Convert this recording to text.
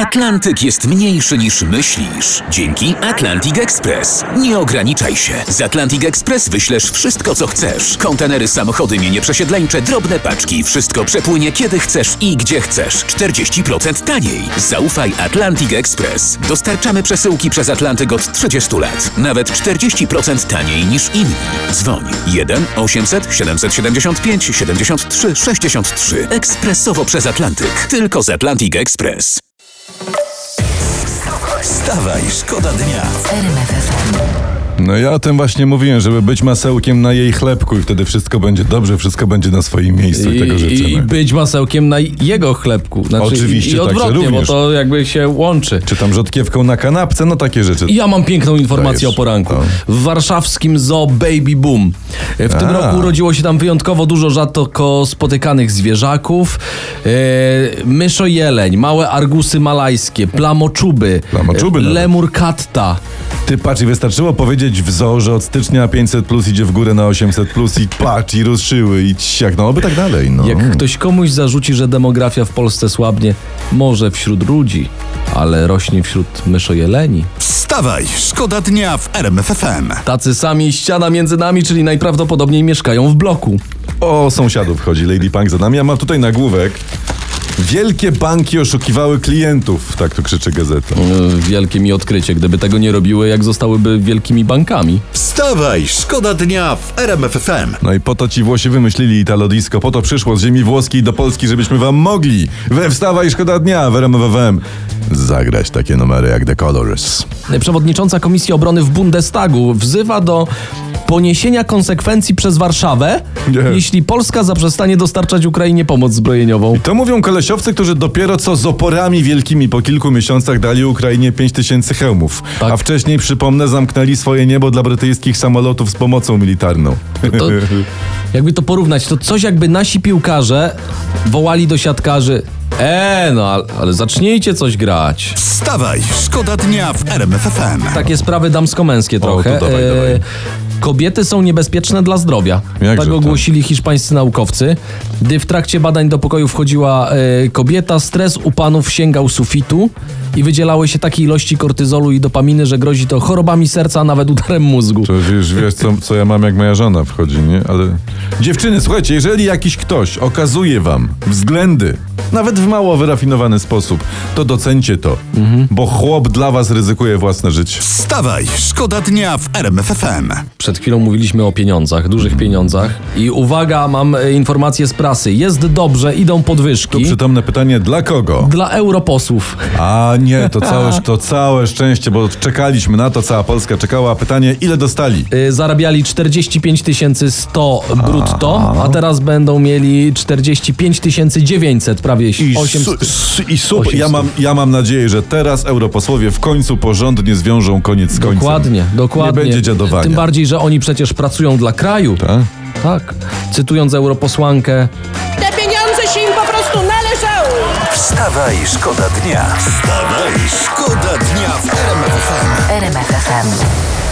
Atlantyk jest mniejszy niż myślisz. Dzięki Atlantic Express. Nie ograniczaj się. Z Atlantic Express wyślesz wszystko, co chcesz. Kontenery, samochody, mienie przesiedleńcze, drobne paczki. Wszystko przepłynie kiedy chcesz i gdzie chcesz. 40% taniej. Zaufaj Atlantic Express. Dostarczamy przesyłki przez Atlantyk od 30 lat. Nawet 40% taniej niż inni. Dzwoń 1 800 775 73 63. Ekspresowo przez Atlantyk. Tylko z Atlantic Express. Wstawaj, szkoda dnia. No ja o tym właśnie mówiłem, żeby być masełkiem na jej chlebku i wtedy wszystko będzie dobrze, wszystko będzie na swoim miejscu i tego życzymy. I być masełkiem na jego chlebku. Znaczy, Oczywiście, i odwrotnie, także również. bo to jakby się łączy. Czy tam rzodkiewką na kanapce, no takie rzeczy. Ja mam piękną informację Dajesz. o poranku. No. W warszawskim zoo Baby Boom. W tym roku urodziło się tam wyjątkowo dużo rzadko spotykanych zwierzaków. Myszojeleń, małe argusy malajskie, plamoczuby, Plamoczuby nawet. lemur katta. Ty patrz, i wystarczyło powiedzieć w zoo, że od stycznia 500 plus idzie w górę na 800 plus i patrz, i ruszyły, i ciak, no oby tak dalej, no. Jak ktoś komuś zarzuci, że demografia w Polsce słabnie, może wśród ludzi, ale rośnie wśród myszojeleni. Wstawaj, szkoda dnia w RMF FM. Tacy sami ściana między nami, czyli najprawdopodobniej mieszkają w bloku. O, sąsiadów chodzi, Lady Punk za nami, ja mam tutaj nagłówek. Wielkie banki oszukiwały klientów, tak tu krzyczy gazeta. Wielkie mi odkrycie, gdyby tego nie robiły, jak zostałyby wielkimi bankami. Wstawaj, szkoda dnia w RMF FM. No i po to ci Włosi wymyślili Italo Disco, po to przyszło z ziemi włoskiej do Polski, żebyśmy wam mogli we Wstawaj, szkoda dnia w RMF FM zagrać takie numery jak The Colors. Przewodnicząca Komisji Obrony w Bundestagu wzywa do poniesienia konsekwencji przez Warszawę, jeśli Polska zaprzestanie dostarczać Ukrainie pomoc zbrojeniową. I to mówią kolesiowcy, którzy dopiero co z oporami wielkimi po kilku miesiącach dali Ukrainie 5000 hełmów. Tak. A wcześniej, przypomnę, zamknęli swoje niebo dla brytyjskich samolotów z pomocą militarną. To, jakby to porównać, to coś jakby nasi piłkarze wołali do siatkarzy: no ale zacznijcie coś grać. Wstawaj, szkoda dnia w RMF FM. Takie sprawy damsko-męskie trochę. to dawaj. Kobiety są niebezpieczne dla zdrowia. Jakże Tak to? ogłosili hiszpańscy naukowcy. Gdy w trakcie badań do pokoju wchodziła kobieta, stres u panów sięgał sufitu i wydzielały się takie ilości kortyzolu i dopaminy, że grozi to chorobami serca, a nawet udarem mózgu. To wiesz co ja mam, jak moja żona wchodzi, nie? Ale dziewczyny, słuchajcie, jeżeli jakiś ktoś okazuje wam względy, nawet w mało wyrafinowany sposób, to docencie to, bo chłop dla was ryzykuje własne życie. Wstawaj, szkoda dnia w RMF FM. Przed chwilą mówiliśmy o pieniądzach, dużych pieniądzach. I uwaga, mam informację z prasy. Jest dobrze, idą podwyżki. Przytomne pytanie, dla kogo? Dla europosłów. A nie, to całe szczęście, bo czekaliśmy na to, cała Polska czekała. Pytanie, ile dostali? Zarabiali 45 100 brutto, a teraz będą mieli 45 900, prawie 800. Ja mam nadzieję, że teraz europosłowie w końcu porządnie zwiążą koniec z końcem. Dokładnie. Nie będzie dziadowania. Tym bardziej, że oni przecież pracują dla kraju. Tak? Tak. Cytując europosłankę: Te pieniądze się im po prostu należały. Wstawaj, szkoda dnia. Wstawaj, szkoda dnia w RMF FM. RMF FM.